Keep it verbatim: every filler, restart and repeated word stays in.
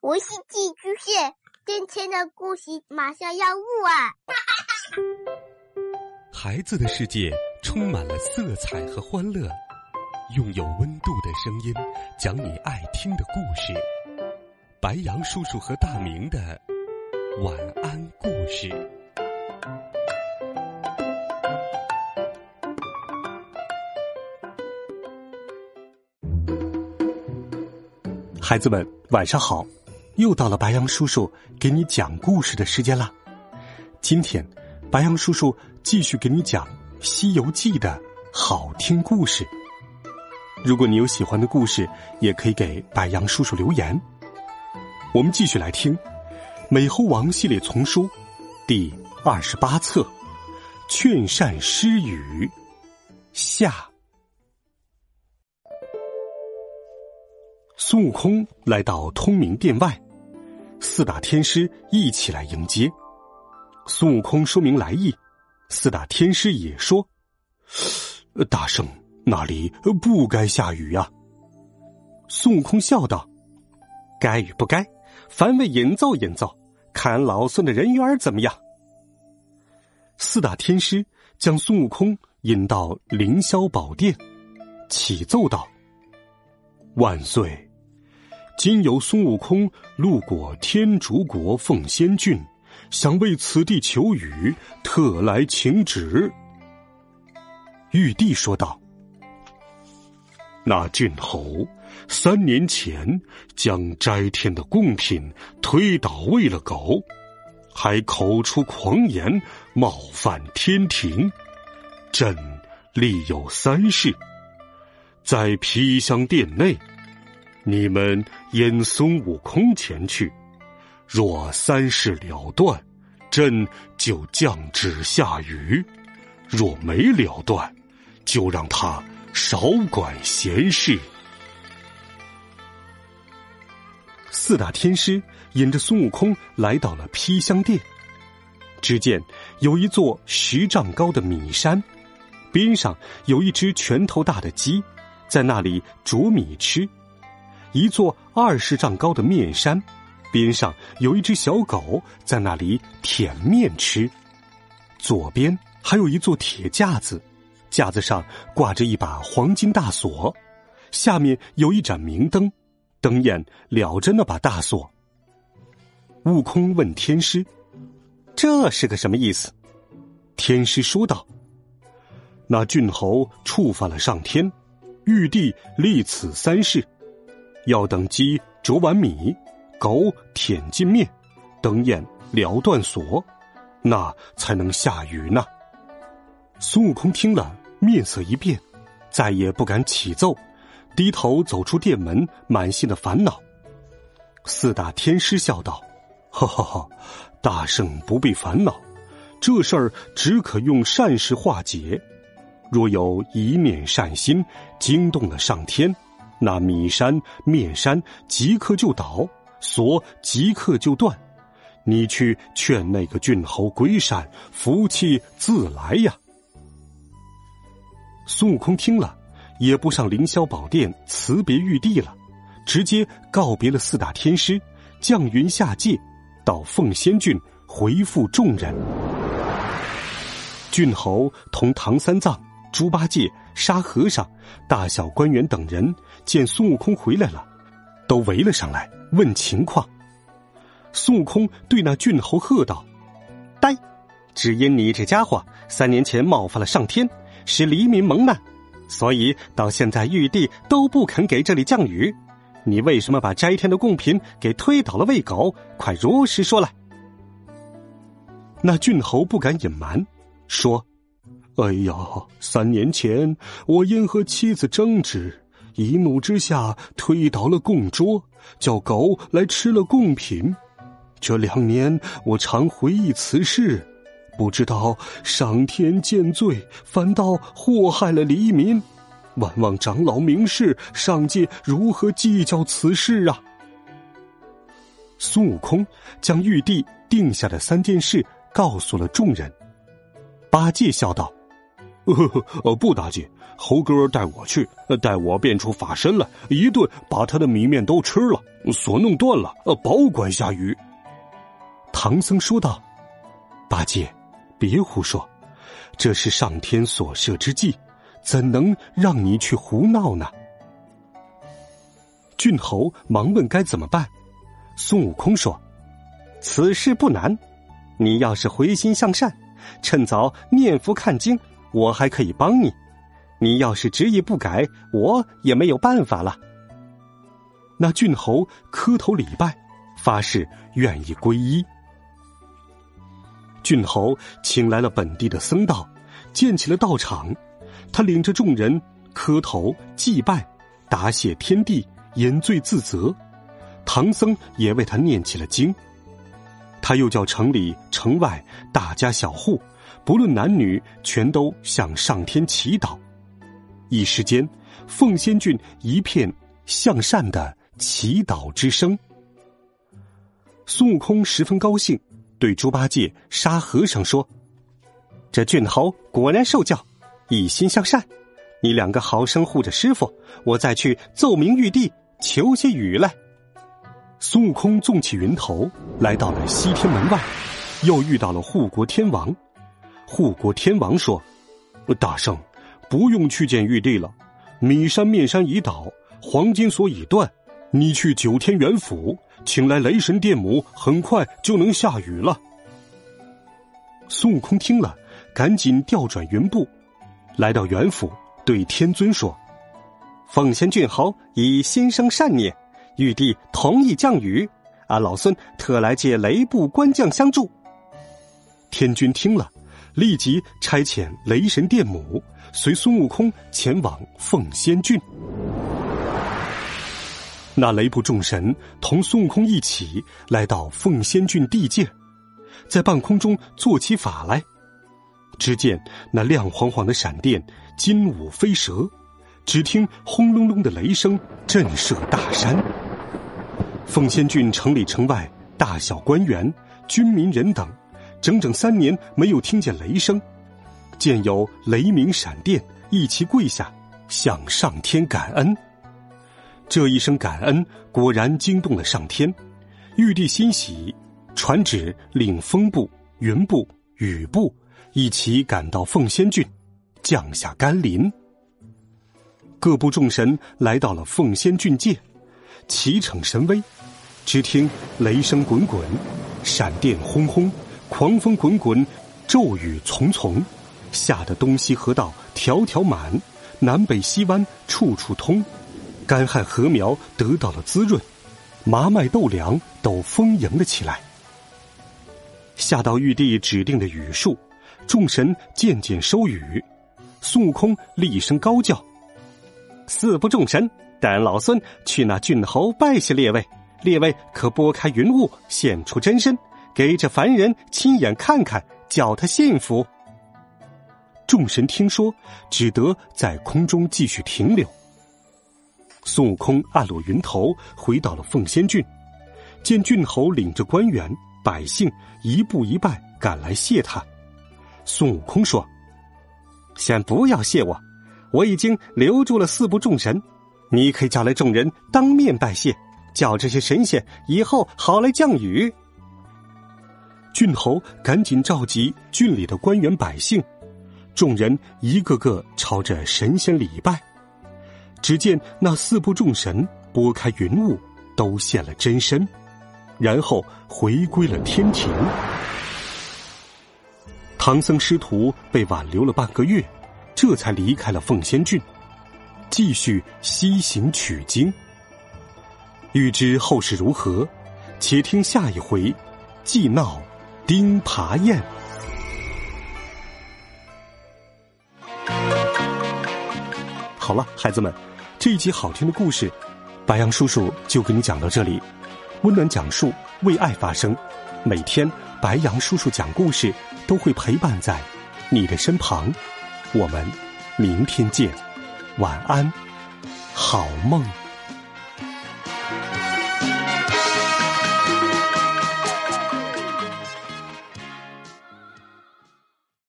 我是寄居蟹，今天的故事马上要录啊！ 孩子的世界充满了色彩和欢乐，用有温度的声音讲你爱听的故事。白杨叔叔和大明的晚安故事。孩子们晚上好，又到了白杨叔叔给你讲故事的时间了。今天白杨叔叔继续给你讲《西游记》的好听故事。如果你有喜欢的故事，也可以给白杨叔叔留言。我们继续来听《美猴王》系列丛书第二十八册《劝善施语》下。孙悟空来到通明殿外，四大天师一起来迎接。孙悟空说明来意，四大天师也说：大圣，那里不该下雨啊。孙悟空笑道：该与不该，凡为演奏演奏，看老孙的人缘怎么样。四大天师将孙悟空引到凌霄宝殿，启奏道：万岁！今有孙悟空路过天竺国凤仙郡，想为此地求雨，特来请旨。玉帝说道：那郡侯三年前将斋天的贡品推倒喂了狗，还口出狂言，冒犯天庭。朕立有三事，在披香殿内，你们引孙悟空前去，若三事了断，朕就降旨下雨；若没了断，就让他少管闲事。四大天师引着孙悟空来到了披香殿，只见有一座十丈高的米山，边上有一只拳头大的鸡，在那里啄米吃；一座二十丈高的面山，边上有一只小狗在那里舔面吃；左边还有一座铁架子，架子上挂着一把黄金大锁，下面有一盏明灯，灯焰燎着那把大锁。悟空问天师：这是个什么意思？天师说道：那郡侯触犯了上天，玉帝立此三事，要等鸡啄完米，狗舔尽面，灯焰燎断锁，那才能下雨呢。孙悟空听了，面色一变，再也不敢启奏，低头走出殿门，满心的烦恼。四大天师笑道：哈哈哈，大圣不必烦恼，这事儿只可用善事化解。若有一念善心惊动了上天，那米山面山即刻就倒，锁即刻就断。你去劝那个郡侯归善，福气自来呀。孙悟空听了，也不上凌霄宝殿辞别玉帝了，直接告别了四大天师，降云下界，到凤仙郡回复众人。郡侯同唐三藏、猪八戒、沙和尚、大小官员等人见孙悟空回来了，都围了上来问情况。孙悟空对那郡侯喝道：呆！只因你这家伙三年前冒犯了上天，使黎民蒙难，所以到现在玉帝都不肯给这里降雨。你为什么把斋天的贡品给推倒了喂狗？快如实说来。那郡侯不敢隐瞒，说：哎呀，三年前我因和妻子争执，一怒之下推倒了供桌，叫狗来吃了贡品。这两年我常回忆此事，不知道上天见罪，反倒祸害了黎民。万望长老明示，上界如何计较此事啊？孙悟空将玉帝定下的三件事告诉了众人。八戒笑道： 呃，不，大姐，猴哥带我去，带我变出法身来，一顿把他的米面都吃了，锁弄断了，呃，保管下雨。唐僧说道：八戒，别胡说，这是上天所设之计，怎能让你去胡闹呢？郡侯忙问该怎么办。孙悟空说：此事不难，你要是回心向善，趁早念佛看经，我还可以帮你。你要是执意不改，我也没有办法了。那郡侯磕头礼拜，发誓愿意皈依。郡侯请来了本地的僧道，建起了道场。他领着众人磕头祭拜，答谢天地，言罪自责。唐僧也为他念起了经。他又叫城里城外大家小户，不论男女，全都向上天祈祷。一时间，凤仙郡一片向善的祈祷之声。孙悟空十分高兴，对猪八戒、沙和尚说：这郡侯果然受教，一心向善，你两个好生护着师傅，我再去奏明玉帝，求些雨来。孙悟空纵起云头，来到了西天门外，又遇到了护国天王。护国天王说：大圣，不用去见玉帝了，米山面山已倒，黄金锁已断，你去九天元府请来雷神电母，很快就能下雨了。孙悟空听了，赶紧调转云步，来到元府，对天尊说：奉仙郡侯已心生善念，玉帝同意降雨，俺老孙特来借雷部官将相助。天君听了，立即差遣雷神电母随孙悟空前往凤仙郡。那雷部众神同孙悟空一起来到凤仙郡地界，在半空中做起法来。只见那亮晃晃的闪电，金舞飞蛇，只听轰隆隆的雷声震慑大山。凤仙郡城里城外大小官员、军民人等，整整三年没有听见雷声，见有雷鸣闪电，一齐跪下向上天感恩。这一声感恩果然惊动了上天，玉帝欣喜，传旨令风部、云部、雨部一起赶到凤仙郡，降下甘霖。各部众神来到了凤仙郡界，奇骋神威。只听雷声滚滚，闪电轰轰，狂风滚滚，骤雨丛丛，吓得东西河道条条满，南北西湾处处通，干旱禾苗得到了滋润，麻麦豆粮都丰盈了起来。下到玉帝指定的雨数，众神渐渐收雨。孙悟空厉声高叫：四部众神，带老孙去那郡侯拜谢列位，列位可拨开云雾，现出真身，给这凡人亲眼看看，叫他信服。众神听说，只得在空中继续停留。孙悟空按落云头，回到了凤仙郡，见郡侯领着官员百姓一步一拜赶来谢他。孙悟空说：先不要谢我，我已经留住了四部众神，你可以叫来众人当面拜谢，叫这些神仙以后好来降雨。郡侯赶紧召集郡里的官员百姓，众人一个个朝着神仙礼拜。只见那四部众神拨开云雾，都现了真身，然后回归了天庭。唐僧师徒被挽留了半个月，这才离开了凤仙郡，继续西行取经。欲知后事如何，且听下一回祭闹钉耙宴。好了，孩子们，这一集好听的故事，白杨叔叔就给你讲到这里。温暖讲述，为爱发声。每天白杨叔叔讲故事都会陪伴在你的身旁。我们明天见，晚安，好梦。